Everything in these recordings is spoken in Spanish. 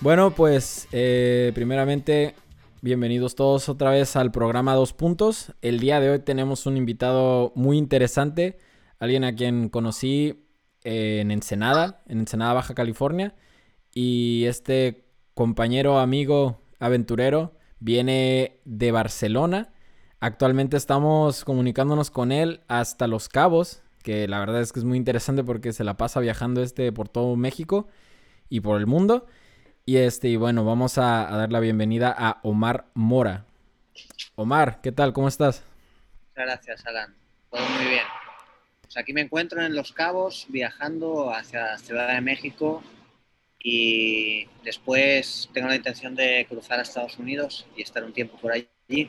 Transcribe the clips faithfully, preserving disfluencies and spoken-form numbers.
Bueno, pues eh, primeramente, bienvenidos todos otra vez al programa Dos Puntos. El día de hoy tenemos un invitado muy interesante, alguien a quien conocí eh, en Ensenada, en Ensenada, Baja California. Y este compañero, amigo, aventurero, viene de Barcelona. Actualmente estamos comunicándonos con él hasta Los Cabos, que la verdad es que es muy interesante porque se la pasa viajando este por todo México y por el mundo. Y este, y bueno, vamos a, a dar la bienvenida a Omar Mora. Omar, ¿qué tal? ¿Cómo estás? Muchas gracias, Alan. Todo muy bien. Pues aquí me encuentro en Los Cabos viajando hacia la Ciudad de México y después tengo la intención de cruzar a Estados Unidos y estar un tiempo por allí.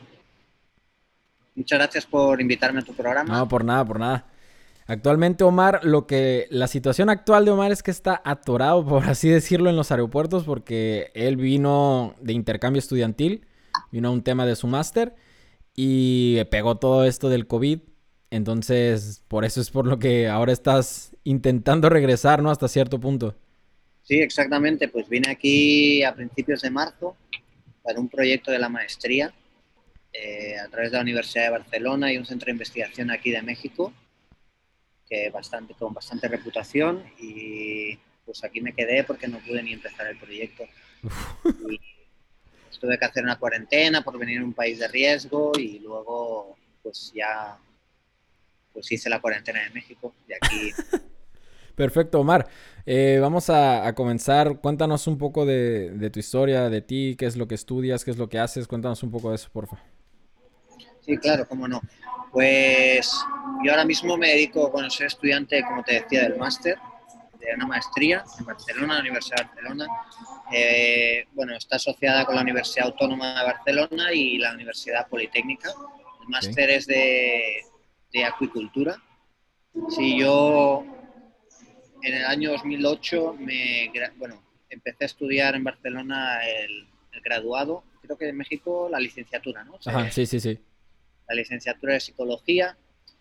Muchas gracias por invitarme a tu programa. No, por nada, por nada. Actualmente Omar, lo que la situación actual de Omar es que está atorado, por así decirlo, en los aeropuertos porque él vino de intercambio estudiantil, vino a un tema de su máster y pegó todo esto del COVID. Entonces, por eso es por lo que ahora estás intentando regresar, ¿no? Hasta cierto punto. Sí, exactamente. Pues vine aquí a principios de marzo para un proyecto de la maestría eh, a través de la Universidad de Barcelona y un centro de investigación aquí de México que bastante, con bastante reputación y pues aquí me quedé porque no pude ni empezar el proyecto. Y pues, tuve que hacer una cuarentena por venir a un país de riesgo y luego pues ya pues hice la cuarentena de México y aquí. Perfecto, Omar. Eh, vamos a, a comenzar. Cuéntanos un poco de, de tu historia, de ti, qué es lo que estudias, qué es lo que haces. Cuéntanos un poco de eso, porfa. Sí, claro, cómo no. Pues yo ahora mismo me dedico, bueno, soy estudiante, como te decía, del máster, de una maestría en Barcelona, la Universidad de Barcelona. Eh, bueno, está asociada con la Universidad Autónoma de Barcelona y la Universidad Politécnica. El Okay. máster es de, de acuicultura. Sí, yo en el año dos mil ocho me, bueno, empecé a estudiar en Barcelona el, el graduado, creo que en México la licenciatura, ¿no? Ajá, Se, sí, sí, sí. la licenciatura de psicología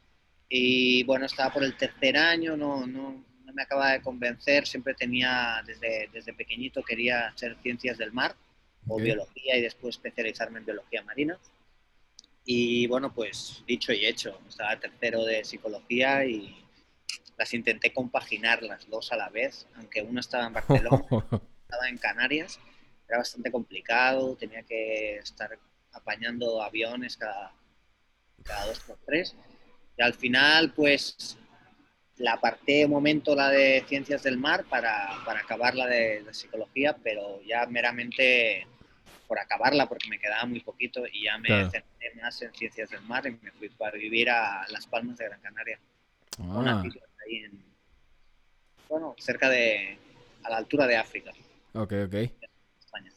y bueno, estaba por el tercer año, no, no, no me acaba de convencer, siempre tenía, desde, desde pequeñito quería hacer ciencias del mar o Okay. biología y después especializarme en biología marina. Y bueno, pues dicho y hecho, estaba tercero de psicología y las intenté compaginar las dos a la vez, aunque una estaba en Barcelona, estaba en Canarias, era bastante complicado, tenía que estar apañando aviones cada, cada dos por tres. Y al final, pues la aparté un momento la de ciencias del mar para, para acabar la de, de psicología, pero ya meramente por acabarla porque me quedaba muy poquito y ya me Claro. centré más en ciencias del mar y me fui para vivir a Las Palmas de Gran Canaria, a unas Ah, islas ahí en, bueno, cerca de, a la altura de África, ok, ok. España.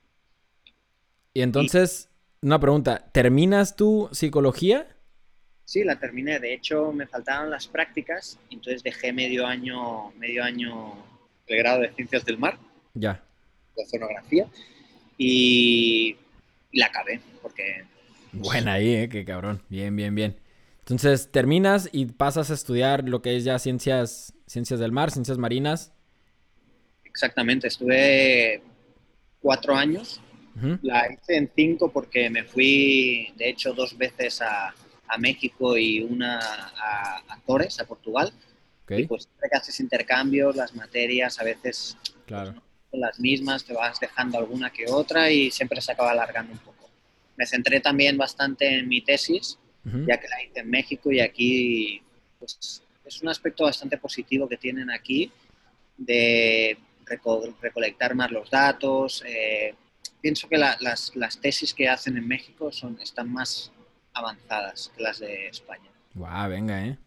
Y Y entonces, una pregunta. ¿Terminas tu psicología? sí, la terminé. De hecho, me faltaban las prácticas, entonces dejé medio año, medio año el grado de ciencias del mar, Ya. de oceanografía, y, y la acabé, porque pues, Buena ahí, eh, qué cabrón. Bien, bien, bien. Entonces, terminas y pasas a estudiar lo que es ya ciencias, ciencias del mar, ciencias marinas. exactamente, estuve cuatro años, Ujú. la hice en cinco porque me fui, de hecho, dos veces a, a México y una a Azores, a Portugal, y Ok, pues siempre que haces intercambios, las materias a veces pues, claro. no son las mismas, te vas dejando alguna que otra y siempre se acaba alargando un poco. Me centré también bastante en mi tesis, Ujú. ya que la hice en México y aquí pues, es un aspecto bastante positivo que tienen aquí de reco recolectar más los datos. Eh, pienso que la, las, las, tesis que hacen en México son, están más avanzadas que las de España. Guau, venga, eh.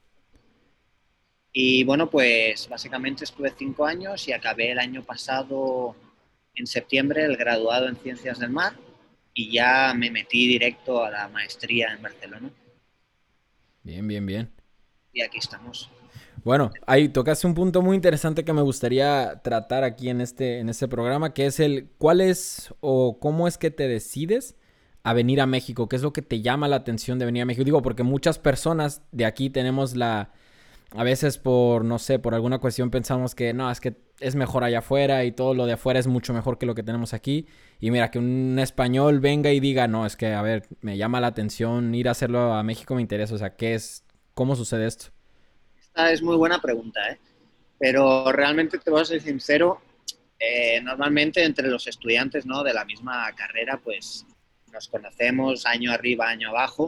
Y bueno, pues básicamente estuve cinco años y acabé el año pasado, en septiembre, el graduado en Ciencias del Mar y ya me metí directo a la maestría en Barcelona Bien, bien, bien. y aquí estamos. Bueno, ahí tocaste un punto muy interesante que me gustaría tratar aquí en este, en este programa, que es el cuál es o cómo es que te decides a venir a México, qué es lo que te llama la atención de venir a México. Digo, porque muchas personas de aquí tenemos la, a veces por, no sé, por alguna cuestión pensamos que no, es que es mejor allá afuera y todo lo de afuera es mucho mejor que lo que tenemos aquí. Y mira, que un español venga y diga, no, es que, a ver, me llama la atención ir a hacerlo a México, me interesa. O sea, ¿qué es? ¿Cómo sucede esto? Esta es muy buena pregunta, ¿eh? Pero realmente te voy a ser sincero, eh, normalmente entre los estudiantes, ¿no?, de la misma carrera, pues nos conocemos año arriba, año abajo,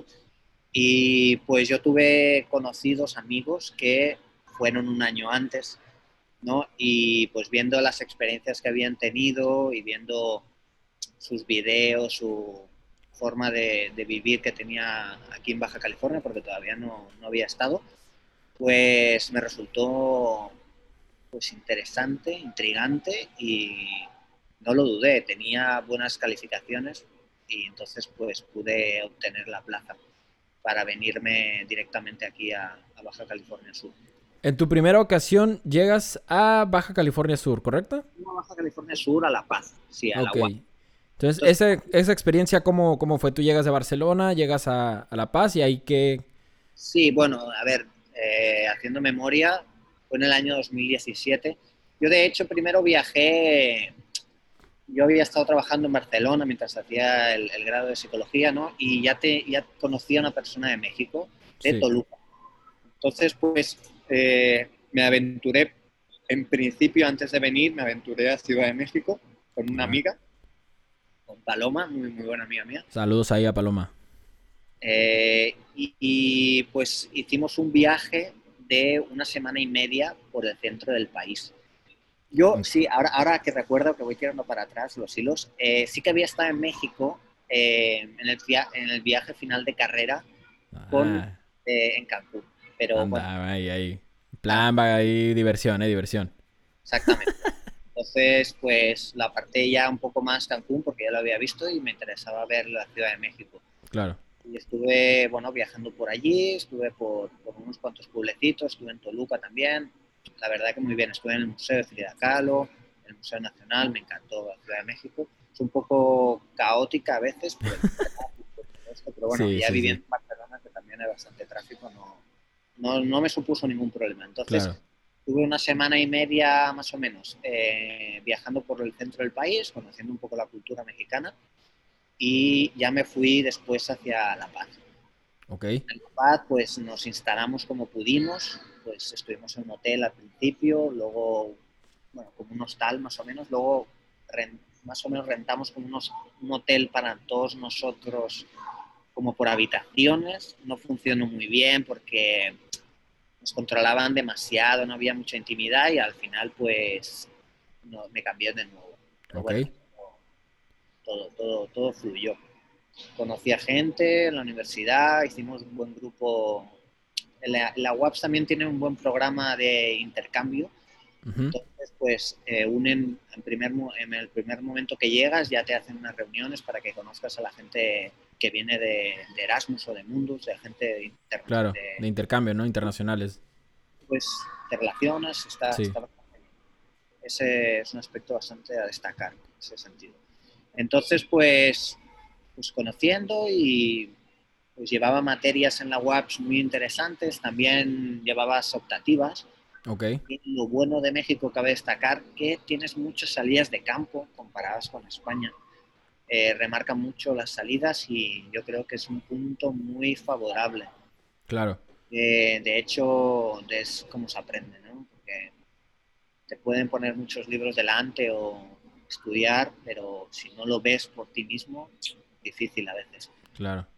y pues yo tuve conocidos amigos que fueron un año antes, ¿no? Y pues viendo las experiencias que habían tenido y viendo sus videos, su forma de, de vivir que tenía aquí en Baja California, porque todavía no, no había estado, pues me resultó pues interesante, intrigante y no lo dudé, tenía buenas calificaciones y entonces pues pude obtener la plaza para venirme directamente aquí a, a Baja California Sur. En tu primera ocasión llegas a Baja California Sur, ¿correcto? No, Baja California Sur a La Paz, sí, a la Ok. U A P. Entonces, Entonces, esa, esa experiencia, ¿cómo, ¿cómo fue? Tú llegas de Barcelona, llegas a, a La Paz y ahí que... sí, bueno, a ver, eh, haciendo memoria, fue en el año dos mil diecisiete. Yo de hecho primero viajé. Yo había estado trabajando en Barcelona mientras hacía el, el grado de psicología, ¿no? Y ya, te, ya conocía a una persona de México, de Sí. Toluca. Entonces, pues, eh, me aventuré, en principio, antes de venir, me aventuré a Ciudad de México con una Ah. amiga, con Paloma, muy, muy buena amiga mía. Saludos ahí a Paloma. Eh, y, y, pues hicimos un viaje de una semana y media por el centro del país. Yo Ok. sí, ahora, ahora que recuerdo que voy tirando para atrás los hilos, eh, sí que había estado en México eh, en, el via en el viaje final de carrera con, Ah, eh, en Cancún. Pero bueno, anda, ahí, ahí. claro, Plan, va ahí, diversión, eh, diversión. exactamente. Entonces, pues la aparté ya un poco más Cancún porque ya lo había visto y me interesaba ver la Ciudad de México. Claro. Y estuve, bueno, viajando por allí, estuve por, por unos cuantos pueblecitos, estuve en Toluca también. La verdad que muy bien, estuve en el Museo de Frida Kahlo, en el Museo Nacional, me encantó la Ciudad de México. Es un poco caótica a veces por el tráfico y todo esto, pero bueno, Sí, ya sí, sí. viviendo en Barcelona, que también hay bastante tráfico, no, no, no me supuso ningún problema. Entonces, Claro. tuve una semana y media más o menos eh, viajando por el centro del país, conociendo un poco la cultura mexicana y ya me fui después hacia La Paz. Ok. En La Paz, pues nos instalamos como pudimos, pues estuvimos en un hotel al principio, luego, bueno, como un hostal más o menos, luego rent, más o menos rentamos como unos, un hotel para todos nosotros como por habitaciones, no funcionó muy bien porque nos controlaban demasiado, no había mucha intimidad y al final pues no, me cambié de nuevo. Pero Ok. bueno, todo, todo, todo fluyó. Conocí a gente en la universidad, hicimos un buen grupo. La, la U A P S también tiene un buen programa de intercambio, Ujú. entonces pues eh, unen en, primer, en el primer momento que llegas ya te hacen unas reuniones para que conozcas a la gente que viene de, de Erasmus o de Mundus, de gente de, interna, Claro. de De intercambio, ¿no? Internacionales. pues te relacionas, está, Sí. está bastante bien. Ese es un aspecto bastante a destacar en ese sentido. Entonces pues, pues conociendo y pues llevaba materias en la U A P S muy interesantes, también llevabas optativas. Ok. Y lo bueno de México cabe destacar que tienes muchas salidas de campo comparadas con España. Eh, remarca mucho las salidas y yo creo que es un punto muy favorable. Claro. Eh, de hecho, es como se aprende, ¿no? Porque te pueden poner muchos libros delante o estudiar, pero si no lo ves por ti mismo, difícil a veces. Claro.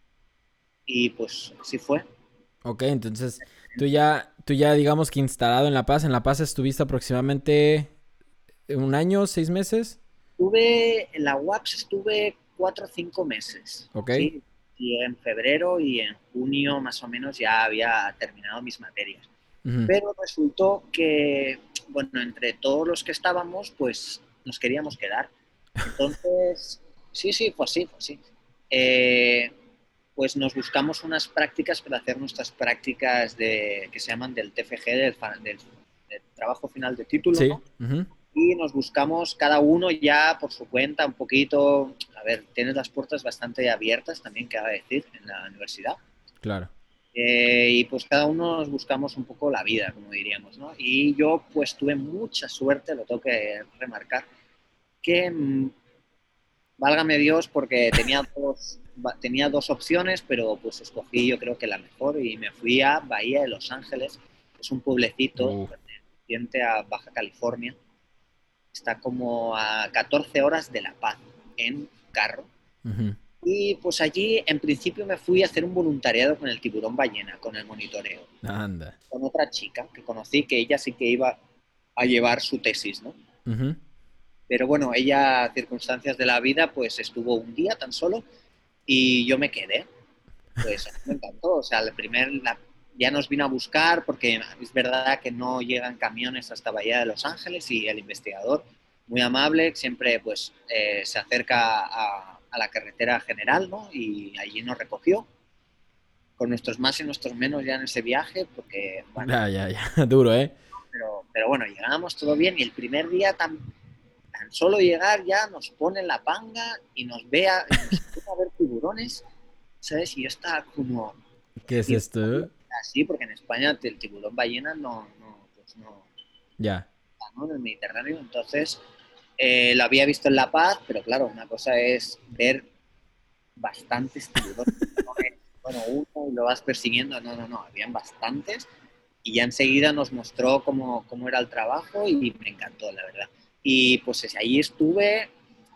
Y pues así fue. Ok, entonces tú ya, tú ya digamos que instalado en La Paz. En La Paz estuviste aproximadamente un año, seis meses. Estuve, en la U A P S estuve cuatro o cinco meses, Ok. ¿sí? Y en febrero y en junio más o menos ya había terminado mis materias. Ujú. Pero resultó que, bueno, entre todos los que estábamos, pues nos queríamos quedar. Entonces, sí, sí, fue así, fue así. Eh, pues nos buscamos unas prácticas para hacer nuestras prácticas de, que se llaman del T F G, del, del, del trabajo final de título, Sí. ¿no? Ujú. Y nos buscamos cada uno ya por su cuenta un poquito. A ver, tienes las puertas bastante abiertas también, que decir, en la universidad. Claro. Eh, y pues cada uno nos buscamos un poco la vida, como diríamos, ¿no? Y yo pues tuve mucha suerte, lo tengo que remarcar, que mm, válgame Dios porque tenía dos, tenía dos opciones, pero pues escogí yo creo que la mejor y me fui a Bahía de Los Ángeles, que es un pueblecito Uh, perteneciente a Baja California. Está como a catorce horas de La Paz en carro. ujú. Y pues allí en principio me fui a hacer un voluntariado con el tiburón ballena, con el monitoreo, Anda. con otra chica que conocí, que ella sí que iba a llevar su tesis, ¿no? Ujú. Pero bueno, ella, circunstancias de la vida, pues estuvo un día tan solo y yo me quedé. Pues a mí me encantó, o sea, el primer, la, ya nos vino a buscar porque es verdad que no llegan camiones hasta Bahía de Los Ángeles y el investigador, muy amable, siempre pues eh, se acerca a, a, la carretera general, ¿no? Y allí nos recogió, con nuestros más y nuestros menos ya en ese viaje, porque, bueno, Ya, ya, ya. Duro, ¿eh? pero, pero bueno, llegamos todo bien y el primer día tan, tan solo llegar ya nos ponen la panga y nos vea, y nos pone a ver tiburones, ¿sabes? Y yo estaba como, ¿Qué es hostia, esto? así, porque en España el tiburón ballena no, no, pues no, Ya. ¿no? En el Mediterráneo, entonces eh, lo había visto en La Paz, pero claro, una cosa es ver bastantes tiburones, no es, bueno, uno y lo vas persiguiendo, no, no, no, habían bastantes y ya enseguida nos mostró cómo, cómo era el trabajo y me encantó, la verdad. Y pues ahí estuve,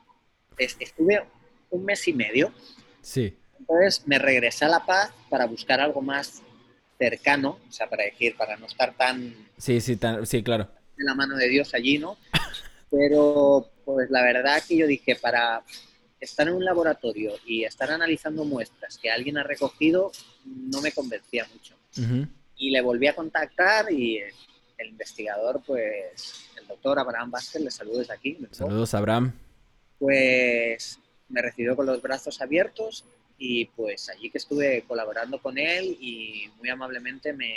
estuve un mes y medio. Sí. Entonces me regresé a La Paz para buscar algo más cercano, o sea, para decir, para no estar tan Sí, sí, tan- sí, claro. de la mano de Dios allí, ¿no? Pero pues la verdad que yo dije, para estar en un laboratorio y estar analizando muestras que alguien ha recogido, no me convencía mucho. Ujú. Y le volví a contactar y el investigador, pues el doctor Abraham Vázquez, le saludo desde aquí, ¿no? Saludos, Abraham. Pues me recibió con los brazos abiertos y pues allí que estuve colaborando con él y muy amablemente me,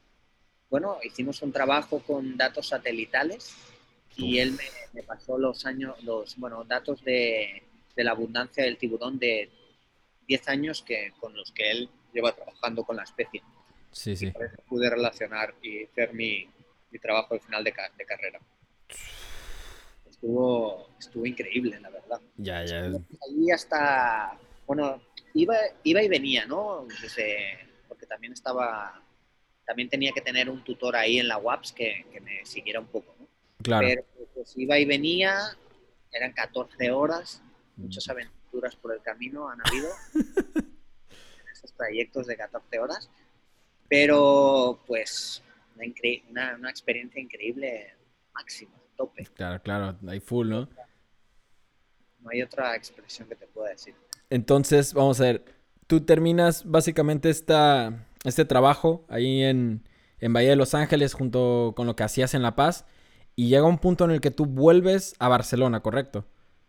bueno, hicimos un trabajo con datos satelitales y él me, Uf. me pasó los años, los, bueno, datos de, de la abundancia del tiburón de diez años que, con los que él lleva trabajando con la especie. Sí, Y sí. por eso pude relacionar y hacer mi, mi trabajo de final de, de carrera. Estuvo, estuvo increíble, la verdad. Ya, ya. Ahí hasta, bueno, iba, iba y venía, ¿no? Desde, porque también estaba, también tenía que tener un tutor ahí en la U A P S que, que me siguiera un poco, ¿no? Claro. Pero pues iba y venía, eran catorce horas, muchas aventuras por el camino han habido en esos trayectos de catorce horas, pero pues una, incre una, una experiencia increíble máxima, tope. Claro, claro. Hay full, ¿no? No hay otra expresión que te pueda decir. Entonces, vamos a ver. Tú terminas básicamente esta, este trabajo ahí en, en Bahía de Los Ángeles junto con lo que hacías en La Paz y llega un punto en el que tú vuelves a Barcelona, ¿correcto?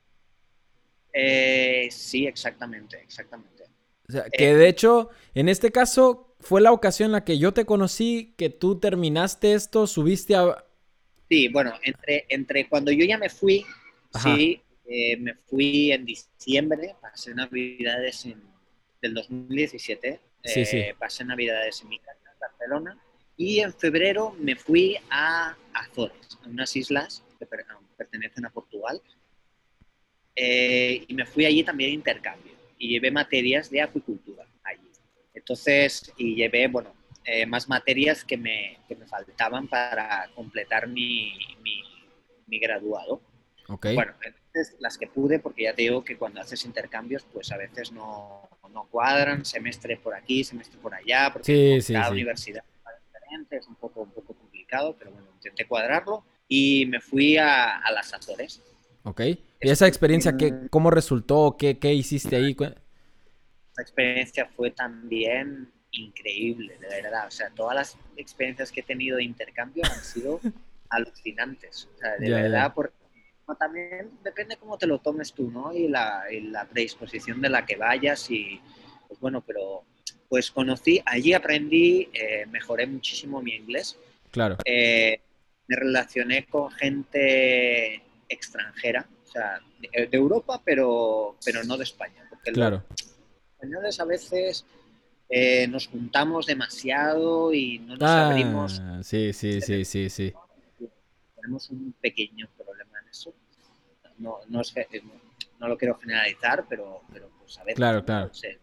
Eh, sí, exactamente, exactamente. O sea, Eh, que de hecho, en este caso, fue la ocasión en la que yo te conocí, que tú terminaste esto, subiste a... sí, bueno, entre, entre cuando yo ya me fui, Ajá. sí, eh, me fui en diciembre, pasé Navidades en, del dos mil diecisiete, Sí, sí. eh, pasé Navidades en mi casa en Barcelona y en febrero me fui a Azores, a unas islas que per, pertenecen a Portugal, eh, y me fui allí también a intercambio y llevé materias de acuicultura allí. Entonces, y llevé, bueno, eh, más materias que me, que me faltaban para completar mi, mi, mi graduado. Ok. Bueno, entonces las que pude, porque ya te digo que cuando haces intercambios, pues a veces no, no cuadran, semestre por aquí, semestre por allá, porque Sí, con sí, cada sí. universidad es diferente, es un poco, un poco complicado, pero bueno, intenté cuadrarlo y me fui a, a las Azores. Ok. ¿Y esa experiencia qué, Estuve, cómo resultó? ¿Qué, qué hiciste ahí? Cu- esta experiencia fue también increíble, de verdad. O sea, todas las experiencias que he tenido de intercambio han sido alucinantes. O sea, de Ya, ya. verdad, porque no, también depende cómo te lo tomes tú, ¿no? Y la, y la predisposición de la que vayas y, pues bueno, pero pues conocí, allí aprendí, eh, mejoré muchísimo mi inglés. Claro, Eh, Me relacioné con gente extranjera, o sea, de, de Europa, pero, pero no de España, porque los claro. españoles a veces eh, nos juntamos demasiado y no nos abrimos. Ah, sí, sí, sí, sí, sí. Tenemos un pequeño problema en eso. No, no, es, no, no lo quiero generalizar, pero, pero pues a veces, Claro, ¿no? claro. Se,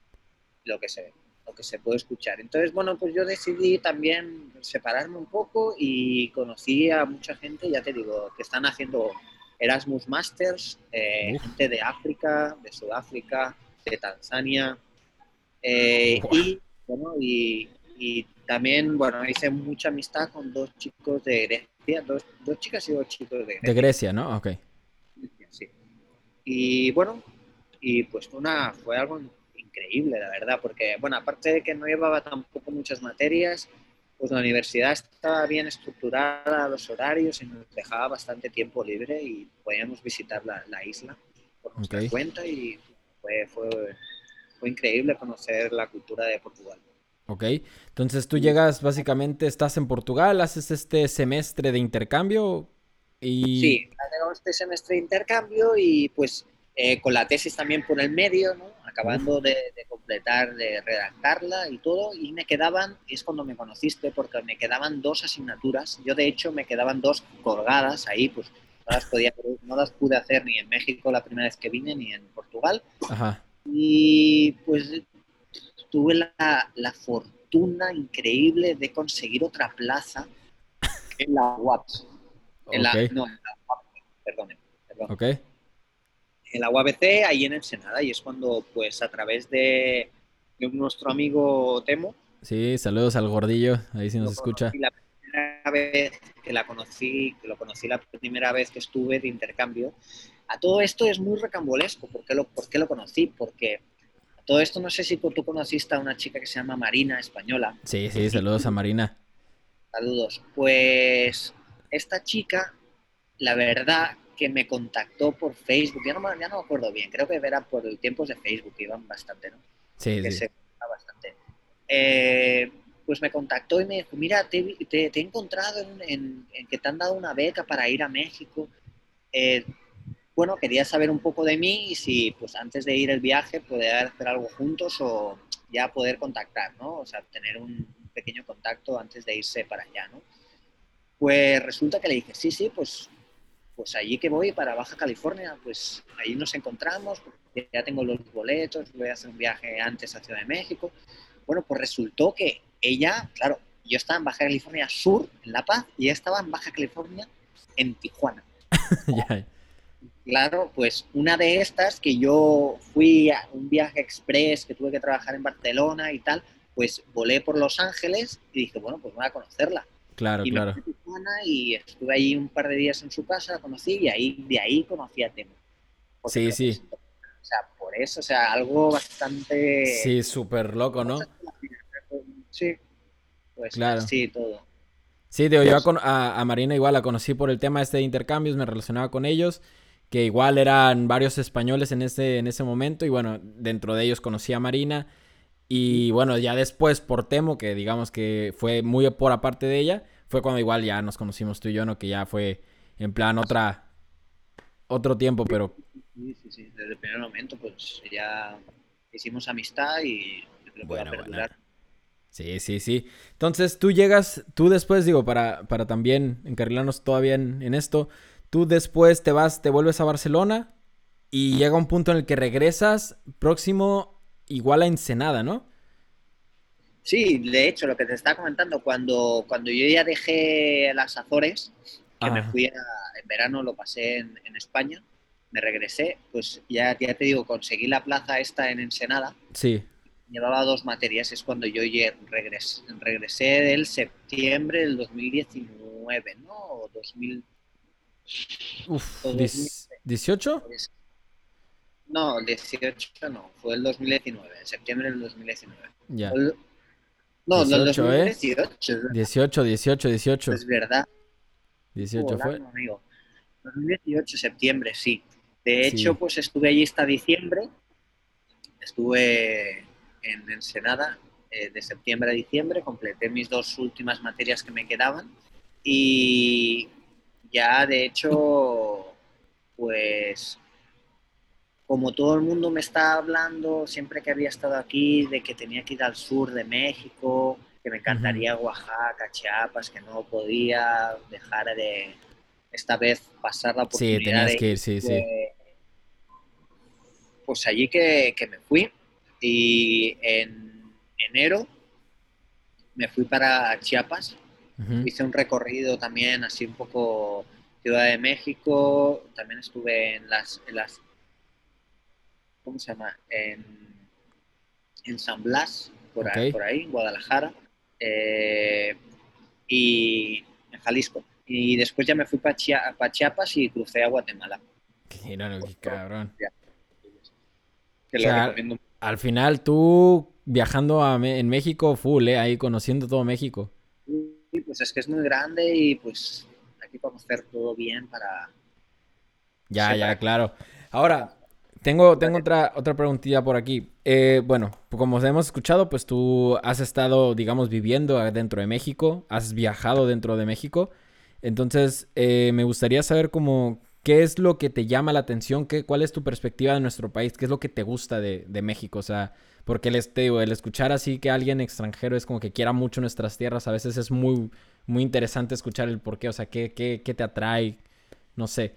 lo que se lo que se puede escuchar. Entonces, bueno, pues yo decidí también separarme un poco y conocí a mucha gente, ya te digo, que están haciendo Erasmus Masters, eh, Uf. gente de África, de Sudáfrica, de Tanzania, eh, Buah. y, bueno, y, y, también, bueno, hice mucha amistad con dos chicos de Grecia, dos, dos chicas y dos chicos de De Grecia. Grecia, ¿no? Ok. Sí. Y bueno, y pues fue, una, fue algo increíble, la verdad, porque, bueno, aparte de que no llevaba tampoco muchas materias, pues la universidad estaba bien estructurada, los horarios, y nos dejaba bastante tiempo libre y podíamos visitar la, la isla por Ok. nuestra cuenta y fue, fue, fue increíble conocer la cultura de Portugal. Ok. Entonces tú llegas, básicamente, estás en Portugal, haces este semestre de intercambio y... Sí, tenemos este semestre de intercambio y pues eh, con la tesis también por el medio, ¿no? Uf. Acabando de, de, completar, de redactarla y todo, y me quedaban, es cuando me conociste, porque me quedaban dos asignaturas, yo de hecho me quedaban dos colgadas ahí, pues no las, podía, no las pude hacer ni en México la primera vez que vine, ni en Portugal, Ajá. y pues tuve la, la fortuna increíble de conseguir otra plaza en la U A P S, en Ok. la, no, en la U A P S, perdón, perdón. Ok. En la U A B C, ahí en Ensenada, y es cuando, pues, a través de, de nuestro amigo Temo, Sí, saludos al gordillo, ahí sí nos lo escucha. conocí la primera vez que la conocí, que lo conocí la primera vez que estuve de intercambio. A todo esto es muy recambolesco. ¿Por qué lo, por qué lo conocí? Porque a todo esto no sé si tú conociste a una chica que se llama Marina, española. Sí, sí, saludos a Marina. Saludos. Pues esta chica, la verdad que me contactó por Facebook, ya no, me, ya no me acuerdo bien, creo que era por el tiempos de Facebook, que iban bastante, ¿no? Sí, Que sí. se iba bastante. Eh, pues me contactó y me dijo, mira, te, te, te he encontrado en, en, en, que te han dado una beca para ir a México. Eh, bueno, quería saber un poco de mí y si pues antes de ir el viaje poder hacer algo juntos o ya poder contactar, ¿no? O sea, tener un pequeño contacto antes de irse para allá, ¿no? Pues resulta que le dije, sí, sí, pues, pues allí que voy para Baja California, pues ahí nos encontramos, porque ya tengo los boletos, voy a hacer un viaje antes a Ciudad de México. Bueno, pues resultó que ella, claro, yo estaba en Baja California Sur, en La Paz, y ella estaba en Baja California, en Tijuana. Ya. Claro, pues una de estas que yo fui a un viaje express, que tuve que trabajar en Barcelona y tal, pues volé por Los Ángeles y dije, bueno, pues voy a conocerla. Claro, Y me claro. fui a Tijuana y estuve ahí un par de días en su casa, la conocí y ahí, de ahí conocí a Temo, porque me Sí, lo sí. presentó. O sea, por eso, o sea, algo bastante... Sí, súper loco, ¿no? Sí, pues Claro. así todo. Sí, digo, yo a, Pues, con- a- a Marina igual la conocí por el tema este de intercambios, me relacionaba con ellos, que igual eran varios españoles en ese, en ese momento, y bueno, dentro de ellos conocí a Marina, y bueno, ya después por Temo, que digamos que fue muy por aparte de ella, fue cuando igual ya nos conocimos tú y yo, ¿no? Que ya fue en plan otra, otro tiempo, pero sí, sí, sí, desde el primer momento pues ya hicimos amistad y yo creo que va a buena, buena. perdurar. Sí, sí, sí. Entonces tú llegas, tú después, digo, para, para también encarrilarnos todavía en, en esto, tú después te vas, te vuelves a Barcelona y llega un punto en el que regresas próximo igual a Ensenada, ¿no? Sí, de hecho, lo que te estaba comentando, cuando, cuando yo ya dejé las Azores, que me Ah, fui a, en verano, lo pasé en, en España, me regresé, pues ya, ya te digo, conseguí la plaza esta en Ensenada, sí. llevaba dos materias, es cuando yo regresé, regresé del septiembre del dos mil diecinueve, ¿no? O dos mil, Uf, o dos mil ¿dieciocho? no, el dieciocho no, fue el dos mil diecinueve, en septiembre del dos mil diecinueve. Ya. El, no, del dieciocho, ¿eh? dos mil dieciocho, dieciocho, dieciocho, dieciocho. es verdad. dieciocho fue. Volando, amigo. dos mil dieciocho, septiembre, sí. De hecho, Sí. pues estuve allí hasta diciembre. Estuve en Ensenada eh, de septiembre a diciembre. Completé mis dos últimas materias que me quedaban. Y ya, de hecho, pues como todo el mundo me estaba hablando, siempre que había estado aquí, de que tenía que ir al sur de México, que me Ujú. encantaría Oaxaca, Chiapas, que no podía dejar de esta vez pasar la Sí, oportunidad tenías de que ir, ir, sí, sí. pues, pues allí que, que me fui. Y en enero me fui para Chiapas, Ujú. hice un recorrido también así un poco Ciudad de México, también estuve en las, en las ¿cómo se llama? En, en San Blas, por, Ok. a, por ahí, en Guadalajara, eh, y en Jalisco. Y después ya me fui para Chia, pa Chiapas y crucé a Guatemala. Mira, qué cabrón. Que O lo sea, recomiendo. al final tú viajando a Me- en México full, ¿eh? Ahí conociendo todo México. Y pues es que es muy grande y pues hay que conocer todo bien para, no Ya, sé, ya, para que claro. Ahora, tengo, la tengo que otra, otra preguntilla por aquí. Eh, bueno, como hemos escuchado, pues tú has estado, digamos, viviendo dentro de México, has viajado dentro de México. Entonces, eh, me gustaría saber como, ¿qué es lo que te llama la atención? ¿Qué, ¿Cuál es tu perspectiva de nuestro país? ¿Qué es lo que te gusta de, de México? O sea, porque el, te digo, el escuchar así que alguien extranjero es como que quiera mucho nuestras tierras, a veces es muy, muy interesante escuchar el por qué, o sea, qué, qué, qué te atrae, no sé.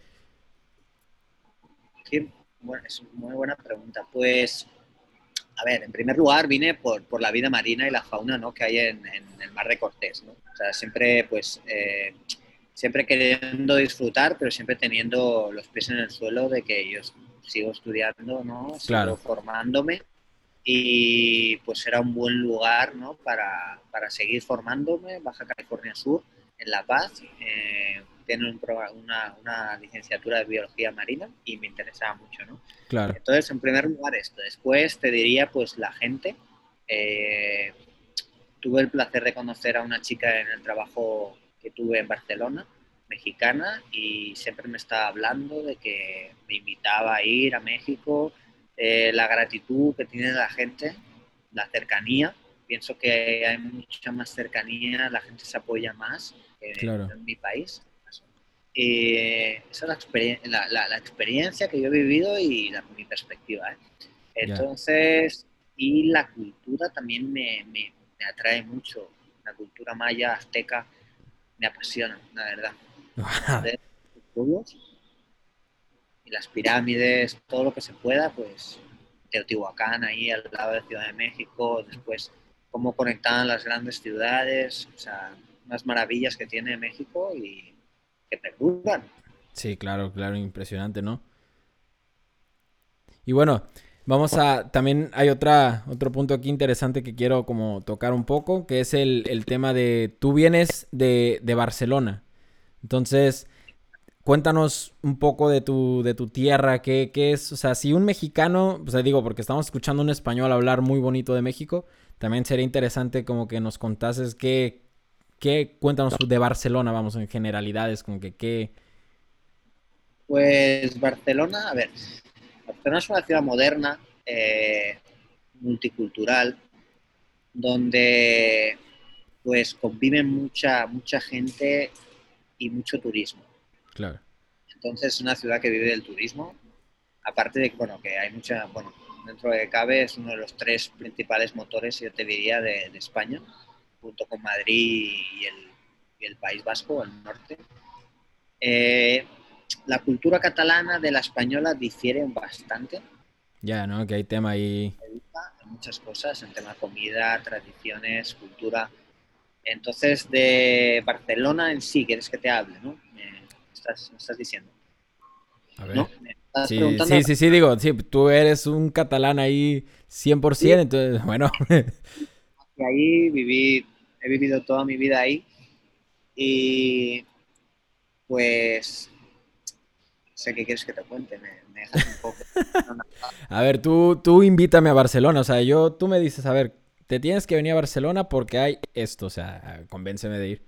sí, bueno, es una muy buena pregunta. Pues, a ver, en primer lugar vine por, por la vida marina y la fauna, ¿no?, que hay en, en el mar de Cortés, ¿no? O sea, siempre, pues, eh, siempre queriendo disfrutar, pero siempre teniendo los pies en el suelo de que yo sigo estudiando, ¿no? Sigo Claro, formándome y pues era un buen lugar, ¿no?, para, para seguir formándome. Baja California Sur, en La Paz, eh, tiene un una, una, licenciatura de biología marina y me interesaba mucho, ¿no? claro. Entonces, en primer lugar esto. Después te diría, pues, la gente. Eh, tuve el placer de conocer a una chica en el trabajo que tuve en Barcelona, mexicana, y siempre me estaba hablando de que me invitaba a ir a México, eh, la gratitud que tiene la gente, la cercanía. Pienso que hay mucha más cercanía, la gente se apoya más en, Claro. en mi país. Eh, esa es la, experien la, la, la, experiencia que yo he vivido y la, mi perspectiva, ¿eh? Ya. Entonces, y la cultura también me, me, me atrae mucho. La cultura maya, azteca, me apasiona, la verdad. Conocer los pueblos y las pirámides, todo lo que se pueda, pues Teotihuacán ahí al lado de Ciudad de México, después cómo conectaban las grandes ciudades, o sea, unas maravillas que tiene México y que perduran. Sí, claro, claro, impresionante, ¿no? Y bueno, vamos a, también hay otra, otro punto aquí interesante que quiero como tocar un poco, que es el, el tema de, tú vienes de, de Barcelona, entonces, cuéntanos un poco de tu, de tu tierra, qué, qué es, o sea, si un mexicano, o sea, digo, porque estamos escuchando un español hablar muy bonito de México, también sería interesante como que nos contases qué, qué, cuéntanos de Barcelona, vamos, en generalidades, como que qué, Pues Barcelona, a ver, Barcelona es una ciudad moderna, eh, multicultural, donde pues conviven mucha, mucha gente y mucho turismo. claro, Entonces es una ciudad que vive del turismo, aparte de que, bueno, que hay mucha, bueno, dentro de cabe es uno de los tres principales motores, yo te diría, de, de España, junto con Madrid y el, y el País Vasco, el norte. Eh, la cultura catalana de la española difiere bastante ya, ¿no? Que hay tema ahí. en muchas cosas, en tema de comida, tradiciones, cultura. Entonces, de Barcelona en sí, ¿quieres que te hable, no? Me estás, me estás diciendo, A ¿no? ver. Me estás Sí, preguntando. sí, sí, sí, digo, sí, tú eres un catalán ahí cien por Sí, ciento, entonces, bueno. y ahí viví, he vivido toda mi vida ahí y pues sé que quieres que te cuente, me, me dejas un poco. No, no. A ver, tú, tú invítame a Barcelona, o sea, yo, tú me dices, a ver, te tienes que venir a Barcelona porque hay esto, o sea, convénceme de ir.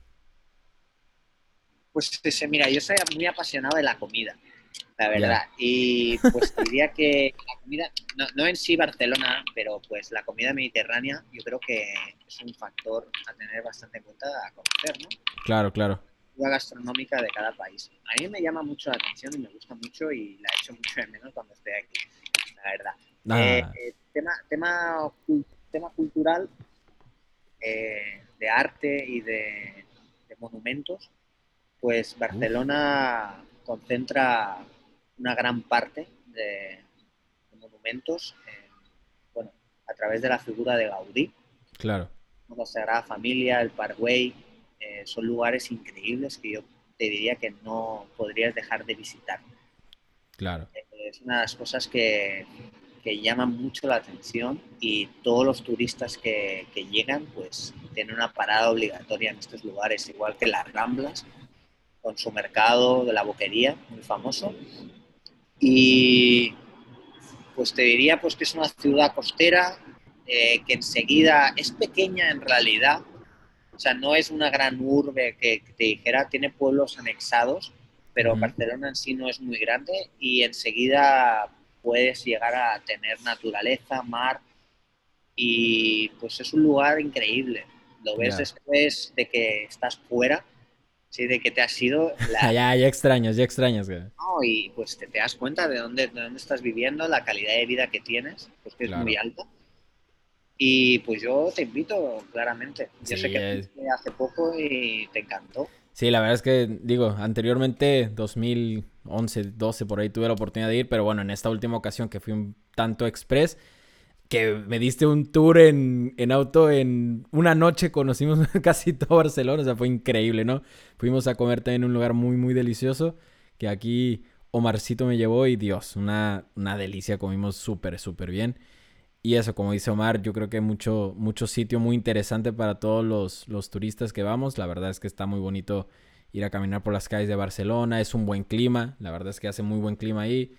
Pues mira, yo soy muy apasionado de la comida, la Ya, verdad. Y pues te diría que la comida, no, no en sí Barcelona, pero pues la comida mediterránea yo creo que es un factor a tener bastante en cuenta a conocer, ¿no? claro, claro. cultura gastronómica de cada país. A mí me llama mucho la atención y me gusta mucho y la echo mucho de menos cuando estoy aquí, la verdad. Eh, Nada, eh, tema, tema, tema cultural, eh, de arte y de, de monumentos, pues uf, Barcelona concentra una gran parte de, de monumentos, eh, bueno, a través de la figura de Gaudí. claro, La Sagrada Familia, el Parkway, eh, son lugares increíbles que yo te diría que no podrías dejar de visitar. claro, Eh, es una de las cosas que, que llaman mucho la atención y todos los turistas que, que llegan pues tienen una parada obligatoria en estos lugares, igual que las Ramblas, con su mercado de la Boquería, muy famoso. Y pues te diría pues que es una ciudad costera, eh, que enseguida es pequeña en realidad. O sea, no es una gran urbe que, que te dijera, tiene pueblos anexados, pero ujú, Barcelona en sí no es muy grande y enseguida puedes llegar a tener naturaleza, mar, y pues es un lugar increíble. Lo ves ya. después de que estás fuera, ¿sí? De que te has ido, la, Ya, ya extrañas, ya extrañas, güey. ¿no? Y pues te, te, das cuenta de dónde, de dónde estás viviendo, la calidad de vida que tienes, pues que es muy Claro. alta. Y pues yo te invito, claramente. Yo sé Sí, que es- fuiste hace poco y te encantó. sí, la verdad es que, digo, anteriormente, dos mil once, doce, por ahí tuve la oportunidad de ir, pero bueno, en esta última ocasión que fui un tanto express, que me diste un tour en, en auto en una noche, conocimos casi todo Barcelona, o sea, fue increíble, ¿no? Fuimos a comer también en un lugar muy, muy delicioso, que aquí Omarcito me llevó y Dios, una, una delicia, comimos súper, súper bien. Y eso, como dice Omar, yo creo que hay mucho, mucho sitio muy interesante para todos los, los turistas que vamos. La verdad es que está muy bonito ir a caminar por las calles de Barcelona. Es un buen clima. La verdad es que hace muy buen clima ahí.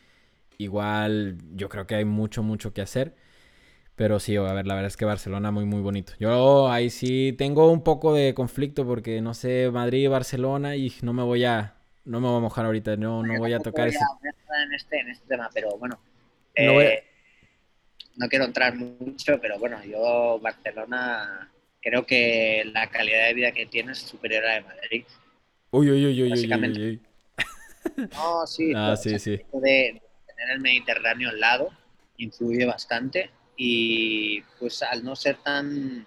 Igual yo creo que hay mucho, mucho que hacer. Pero sí, a ver, la verdad es que Barcelona muy, muy bonito. Yo ahí sí tengo un poco de conflicto porque no sé, Madrid, Barcelona y no me voy a, no me voy a mojar ahorita. No, no Yo voy a tampoco tocar voy ese, a, voy a entrar en este, en este tema, pero bueno, no voy a, eh, no quiero entrar mucho, pero bueno, yo Barcelona creo que la calidad de vida que tiene es superior a la de Madrid. uy, uy, uy, uy, uy, Básicamente, uy, uy. no, sí, Ah, o sea, sí, sí. el hecho de tener el Mediterráneo al lado influye bastante y pues al no ser tan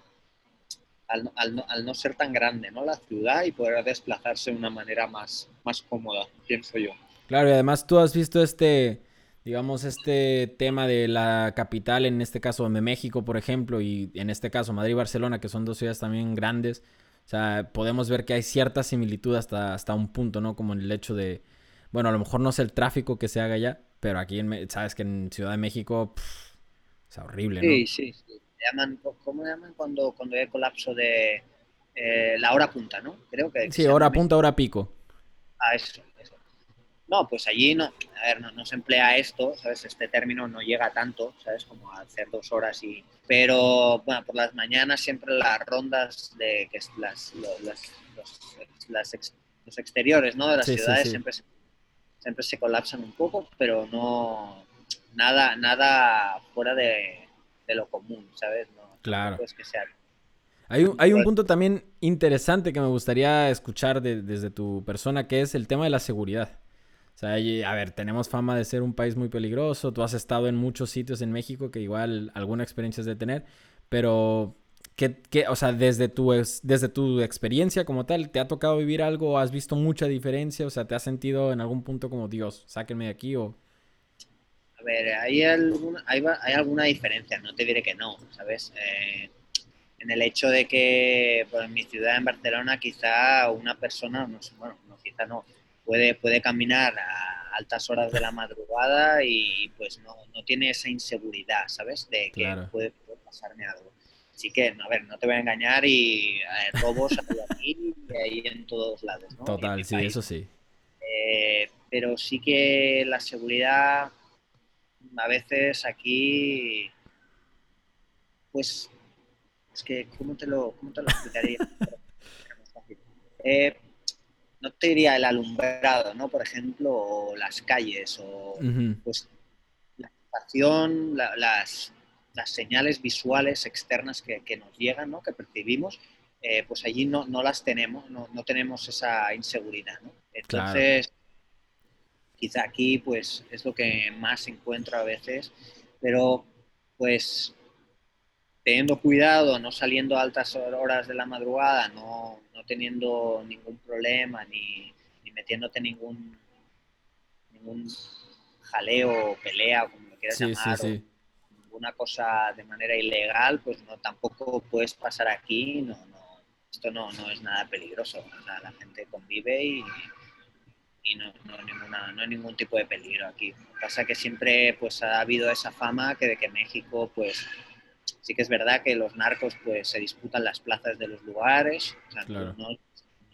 al, al, no, al no ser tan grande, ¿no? La ciudad y poder desplazarse de una manera más, más cómoda, pienso yo. Claro, y además tú has visto este, digamos, este tema de la capital, en este caso de México, por ejemplo, y en este caso Madrid y Barcelona, que son dos ciudades también grandes. O sea, podemos ver que hay cierta similitud hasta, hasta un punto, ¿no? Como en el hecho de, bueno, a lo mejor no es el tráfico que se haga allá, pero aquí, en, sabes que en Ciudad de México, pff, es horrible, ¿no? Sí, sí, sí. Llaman, ¿cómo llaman cuando, cuando hay colapso de eh, la hora punta, ¿no? Creo que, que Sí, se llama hora en punta, México. hora pico. Ah, eso, eso. No, pues allí no, a ver, no, no se emplea esto, ¿sabes? Este término no llega tanto, ¿sabes? Como a hacer dos horas y... Pero, bueno, por las mañanas siempre las rondas de que es las, lo- las, los, las ex- los exteriores, ¿no? De las Sí, sí, ciudades sí. siempre se, siempre se colapsan un poco, pero no... Nada, nada fuera de, de lo común, ¿sabes? No, Claro. tampoco es que sea Hay un, un hay un problema. punto también interesante que me gustaría escuchar de- desde tu persona, que es el tema de la seguridad. O sea, y, a ver, tenemos fama de ser un país muy peligroso. Tú has estado en muchos sitios en México que igual alguna experiencia es de tener. Pero, ¿qué, qué, o sea, desde tu, ex- desde tu experiencia como tal, ¿te ha tocado vivir algo? ¿Has visto mucha diferencia? O sea, ¿te has sentido en algún punto como, Dios, sáquenme de aquí? O... A ver, hay alguna, hay, va- hay alguna diferencia, no te diré que no, ¿sabes? Eh, en el hecho de que pues, en mi ciudad, en Barcelona, quizá una persona, no sé, bueno, no, quizá no, puede, puede caminar a altas horas de la madrugada y pues no, no tiene esa inseguridad, ¿sabes? De que Claro. puede, puede pasarme algo. Así que, a ver, no te voy a engañar y eh, robos hay aquí y hay en todos lados, ¿no? Y en Total, mi sí, país. eso sí. Eh, pero sí que la seguridad a veces aquí, pues, es que, ¿cómo te lo, cómo te lo explicaría? Eh, no te diría el alumbrado, ¿no? Por ejemplo, o las calles, o Ujú. pues la estación, la, las, las señales visuales externas que, que, nos llegan, ¿no? Que percibimos, eh, pues allí no, no las tenemos, no, no tenemos esa inseguridad, ¿no? Claro. Entonces, quizá aquí pues es lo que más encuentro a veces, pero pues teniendo cuidado, no saliendo a altas horas de la madrugada, no, no teniendo ningún problema ni, ni metiéndote ningún, ningún jaleo o pelea, o como lo quieras Sí, sí, llamar, o sí. ninguna cosa de manera ilegal, pues no tampoco puedes pasar aquí, no, no, esto no, no es nada peligroso, o sea, la gente convive y, y no, no, ninguna, no hay ningún tipo de peligro aquí. Lo que pasa es que siempre pues ha habido esa fama que de que México pues sí que es verdad que los narcos pues se disputan las plazas de los lugares, o sea, no, Claro. no,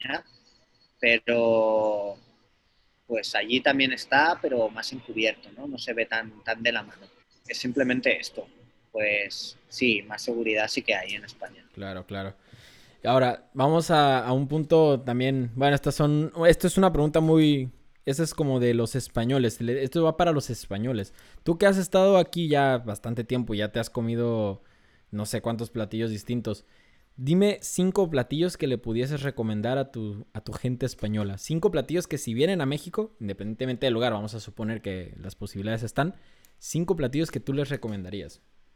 pero pues allí también está, pero más encubierto, ¿no? No se ve tan, tan de la mano. Es simplemente esto. Pues sí, más seguridad sí que hay en España. Claro, claro. Ahora, vamos a, a un punto también. Bueno, estas son. Esto es una pregunta muy. Esa es como de los españoles. Le- Esto va para los españoles. Tú que has estado aquí ya bastante tiempo, ya te has comido no sé cuántos platillos distintos. Dime cinco platillos que le pudieses recomendar a tu, a tu gente española. Cinco platillos que si vienen a México, independientemente del lugar, vamos a suponer que las posibilidades están. Cinco platillos que tú les recomendarías.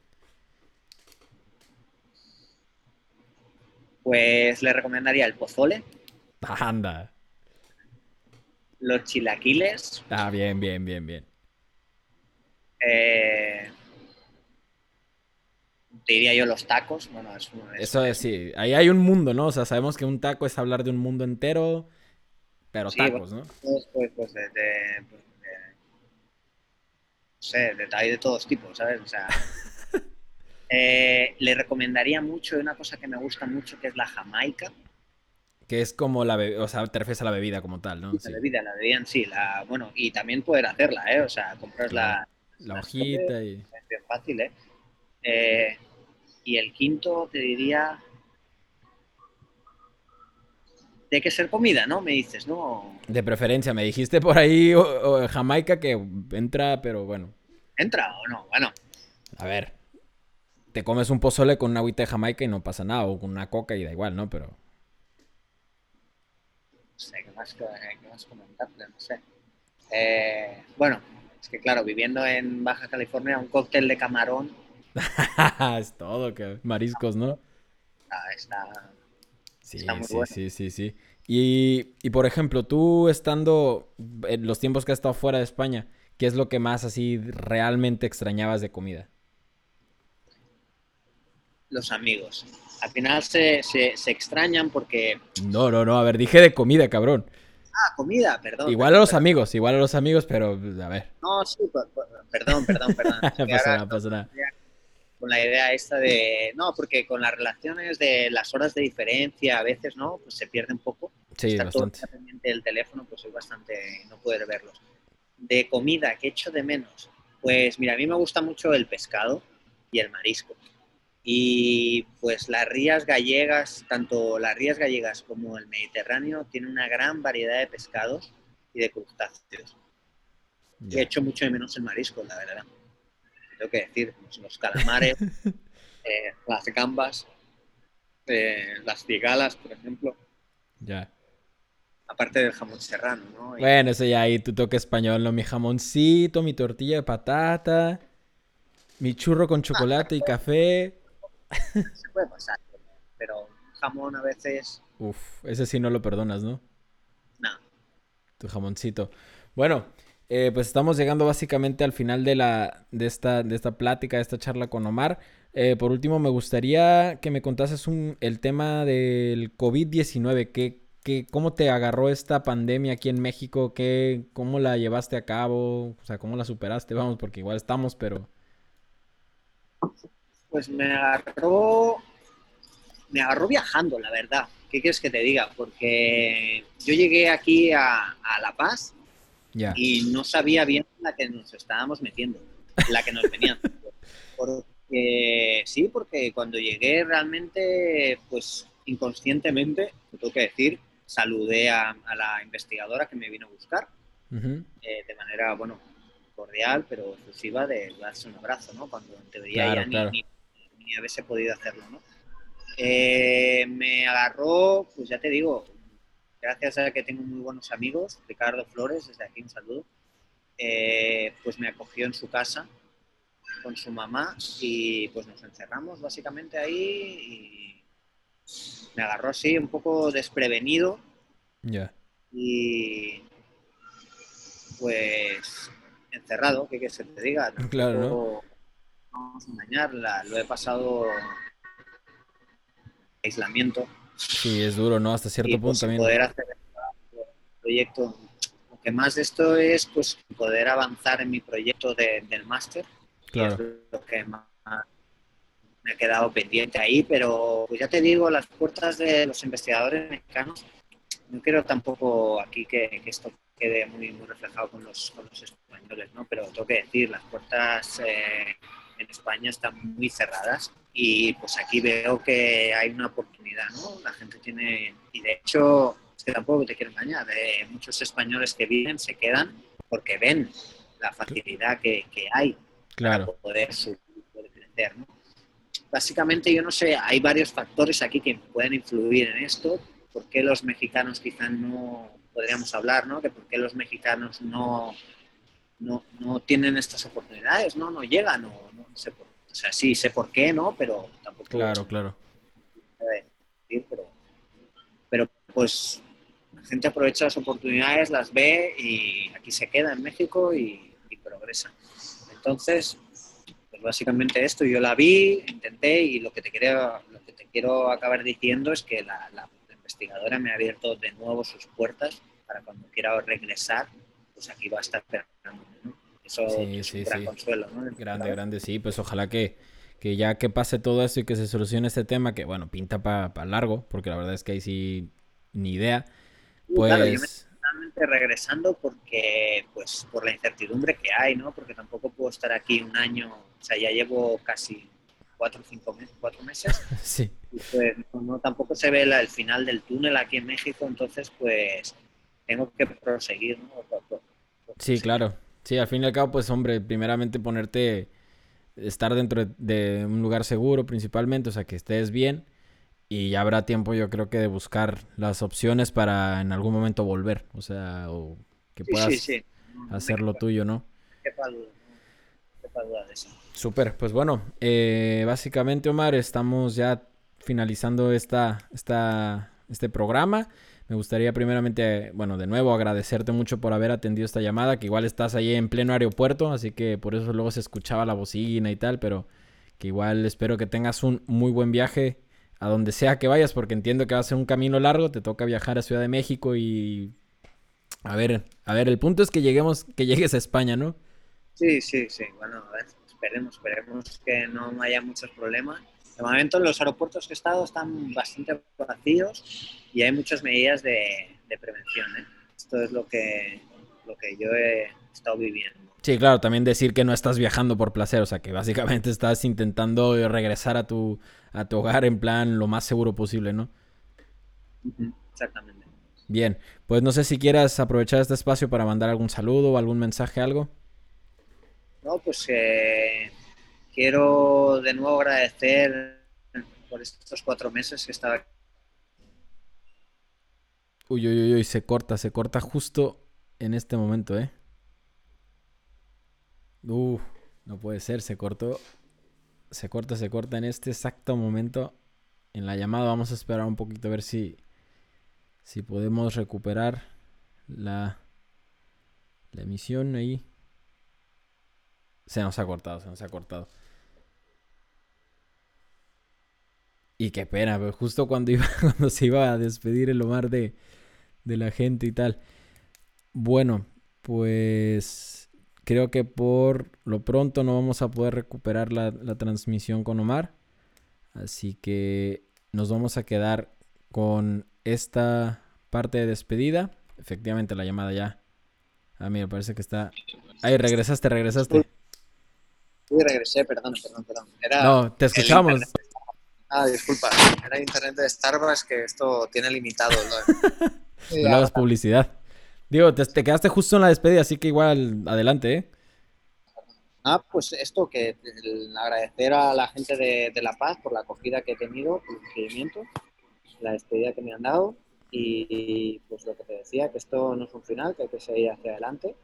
Pues le recomendaría el pozole, Anda. los chilaquiles, Ah, bien, bien, bien, bien. eh, te diría yo los tacos. Bueno, es, un- es, Eso es, es sí, ahí hay un mundo, ¿no? O sea, sabemos que un taco es hablar de un mundo entero, pero sí, bueno, tacos, ¿no? pues, pues, pues de, de- pues de- no sé, de, hay de todos tipos, ¿sabes? O sea, eh, le recomendaría mucho una cosa que me gusta mucho, que es la jamaica. Que es como la bebida, o sea, te refieres a la bebida como tal, ¿no? La Sí, bebida, la bebida en sí, la, bueno, y también poder hacerla, ¿eh? O sea, compras claro. la, La las flores, hojita y... es bien fácil, ¿eh? Eh, Y el quinto te diría, tiene que ser comida, ¿no? Me dices, ¿no? De preferencia, me dijiste por ahí o- o Jamaica que entra, pero bueno. ¿Entra o no? Bueno, A ver, te comes un pozole con una agüita de Jamaica y no pasa nada, o con una coca y da igual, ¿no? Pero... no sé, ¿qué más, qué más comentarte? No sé. Eh, bueno, es que claro, viviendo en Baja California, un cóctel de camarón es todo, que mariscos, ¿no? ah, está, está Sí, muy sí, bueno. sí, sí, sí. Y, y por ejemplo, tú estando en los tiempos que has estado fuera de España, ¿qué es lo que más así realmente extrañabas de comida? Los amigos. Al final se, se, se extrañan porque... No, no, no, a ver, dije de comida, cabrón. Ah, comida, perdón, Igual a perdón, los perdón. amigos, igual a los amigos, pero a ver. No, sí, per- per- perdón, perdón, perdón. Es No que pasa ahora nada, estoy pasa nada. con la idea esta de, no, porque con las relaciones de las horas de diferencia a veces, ¿no? Pues se pierde un poco. Sí, Estar todo el bastante. día pendiente del teléfono, pues es bastante no poder verlos. De comida, que echo de menos? Pues mira, a mí me gusta mucho el pescado y el marisco. Y pues las rías gallegas, tanto las rías gallegas como el Mediterráneo, tienen una gran variedad de pescados y de crustáceos. Y Ya. echo mucho de menos el marisco, la verdad. Tengo que decir, pues, los calamares, eh, las gambas, eh, las cigalas, por ejemplo, Ya. aparte del jamón serrano, ¿no? Y Bueno, eso ya ahí tu toque español, ¿no? Mi jamoncito, mi tortilla de patata, mi churro con ah, chocolate y café. se puede pasar, pero jamón a veces, Uf, ese sí no lo perdonas, ¿no? nada. Tu jamoncito. Bueno, eh, pues estamos llegando básicamente al final de la de esta de esta plática, de esta charla con Omar. Eh, por último, me gustaría que me contases un, el tema del covid diecinueve. ¿Qué, qué, ¿Cómo te agarró esta pandemia aquí en México? ¿Qué, ¿Cómo la llevaste a cabo? O sea, ¿cómo la superaste? Vamos, porque igual estamos, pero... Pues me agarró, me agarró viajando, la verdad. ¿Qué quieres que te diga? Porque yo llegué aquí a, a La Paz Ya. y no sabía bien la que nos estábamos metiendo, la que nos venían. Porque sí, porque cuando llegué realmente, pues inconscientemente, lo tengo que decir, saludé a, a la investigadora que me vino a buscar Ujú. eh, de manera, bueno, cordial, pero efusiva de darse un abrazo, ¿no? Cuando en teoría ya Claro, ni, claro. ni, ni hubiese podido hacerlo, ¿no? Eh, me agarró, pues ya te digo, gracias a que tengo muy buenos amigos, Ricardo Flores, desde aquí un saludo, eh, pues me acogió en su casa con su mamá y pues nos encerramos básicamente ahí y me agarró así un poco desprevenido Ya. Yeah. y pues encerrado, ¿qué quieres que te diga? Claro, ¿no? Tampoco vamos a engañarla, lo he pasado aislamiento Sí, es duro, ¿no? Hasta cierto y punto pues sin también. poder hacer el proyecto. Lo que más de esto es pues poder avanzar en mi proyecto de, del máster y es Claro. lo que más me ha quedado pendiente ahí, pero pues ya te digo, las puertas de los investigadores mexicanos, no quiero tampoco aquí que, que esto quede muy, muy reflejado con los, con los españoles, ¿no? Pero tengo que decir, las puertas eh, en España están muy cerradas y pues aquí veo que hay una oportunidad, ¿no? La gente tiene, y de hecho, es que tampoco te quiero engañar, eh, muchos españoles que vienen se quedan porque ven la facilidad que, que hay para Claro. poder subir, poder crecer, ¿no? Básicamente, yo no sé, hay varios factores aquí que pueden influir en esto. ¿Por qué los mexicanos quizás no, podríamos hablar, ¿no? Que por qué los mexicanos no, no, no tienen estas oportunidades, ¿no? No llegan, o no sé por, o sea, sí sé por qué, ¿no? Pero tampoco Claro, claro. decir, pero, pero pues la gente aprovecha las oportunidades, las ve y aquí se queda en México y, y progresa. Entonces, pues básicamente esto, yo la vi, intenté y lo que te quiero, lo que te quiero acabar diciendo es que la, la, la investigadora me ha abierto de nuevo sus puertas para cuando quiera regresar, pues aquí va a estar esperando, ¿no? Eso Sí, es un sí, gran sí. consuelo, ¿no? Grande, grande, sí. Pues ojalá que, que ya que pase todo esto y que se solucione este tema, que bueno, pinta para pa largo, porque la verdad es que ahí sí ni idea. Y claro, yo me Pues estoy totalmente regresando porque, pues, por la incertidumbre que hay, ¿no? Porque tampoco puedo estar aquí un año, o sea, ya llevo casi cuatro o cinco meses, cuatro meses, sí. y pues no, no, tampoco se ve la, el final del túnel aquí en México, entonces pues tengo que proseguir, ¿no? Por, por, por Sí, proseguir. claro. Sí, al fin y al cabo, pues hombre, primeramente ponerte, estar dentro de, de un lugar seguro principalmente, o sea, que estés bien. Y ya habrá tiempo, yo creo que de buscar las opciones para en algún momento volver. O sea, o que Sí, sí, puedas sí, no, no me hacer lo quepa, tuyo, ¿no? quepa duda, no me quepa duda de eso. Súper, pues bueno, eh, básicamente Omar, estamos ya finalizando esta, esta, este programa. Me gustaría primeramente, bueno, de nuevo agradecerte mucho por haber atendido esta llamada, que igual estás ahí en pleno aeropuerto, así que por eso luego se escuchaba la bocina y tal, pero que igual espero que tengas un muy buen viaje a donde sea que vayas, porque entiendo que va a ser un camino largo, te toca viajar a Ciudad de México y a ver, a ver, el punto es que lleguemos, que llegues a España, ¿no? Sí, sí, sí, bueno, a ver, esperemos, esperemos que no haya muchos problemas. De momento los aeropuertos que he estado están bastante vacíos y hay muchas medidas de, de prevención, ¿eh? Esto es lo que, lo que yo he estado viviendo. Sí, claro, también decir que no estás viajando por placer, o sea, que básicamente estás intentando regresar a tu, a tu hogar en plan lo más seguro posible, ¿no? Uh-huh, exactamente. Bien, pues no sé si quieras aprovechar este espacio para mandar algún saludo o algún mensaje, algo. No, pues eh, quiero de nuevo agradecer por estos cuatro meses que estaba aquí. Uy, uy, uy, uy, se corta, se corta justo en este momento, ¿eh? Uh, no puede ser, se cortó, se corta, se corta en este exacto momento en la llamada. Vamos a esperar un poquito a ver si, si podemos recuperar la, la emisión ahí. Se nos ha cortado, se nos ha cortado. Y qué pena, pero justo cuando, iba, cuando se iba a despedir el Omar de, de la gente y tal. Bueno, pues creo que por lo pronto no vamos a poder recuperar la, la transmisión con Omar. Así que nos vamos a quedar con esta parte de despedida. Efectivamente la llamada ya. Ah, mira, parece que está... Ahí, regresaste, regresaste. Uy, regresé, perdón, perdón, perdón. Era No, te el internet. escuchamos. Ah, disculpa, era internet de Starbucks que esto tiene limitado, ¿no? Y No le ahora, hagas publicidad. Digo, te, te quedaste justo en la despedida, así que igual adelante, ¿eh? Ah, pues esto, que el agradecer a la gente de, de La Paz por la acogida que he tenido, por el recibimiento, la despedida que me han dado y pues lo que te decía, que esto no es un final, que hay que seguir hacia adelante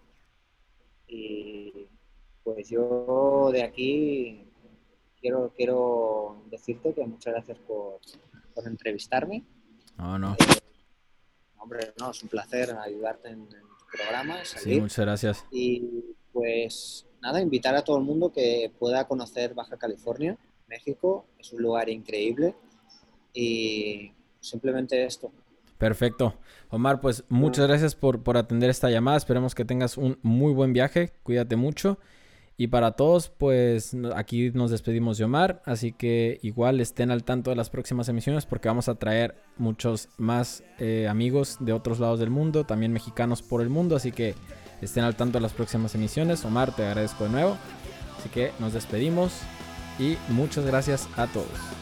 y pues yo de aquí quiero, quiero decirte que muchas gracias por, por entrevistarme. No, no. Eh, hombre, no, es un placer ayudarte en, en tu programa, Sí, salir. muchas gracias. Y pues nada, invitar a todo el mundo que pueda conocer Baja California, México, es un lugar increíble y simplemente esto. Perfecto. Omar, pues muchas gracias por, por atender esta llamada. Esperemos que tengas un muy buen viaje. Cuídate mucho. Y para todos, pues aquí nos despedimos de Omar. Así que igual estén al tanto de las próximas emisiones porque vamos a traer muchos más eh, amigos de otros lados del mundo, también mexicanos por el mundo. Así que estén al tanto de las próximas emisiones. Omar, te agradezco de nuevo. Así que nos despedimos y muchas gracias a todos.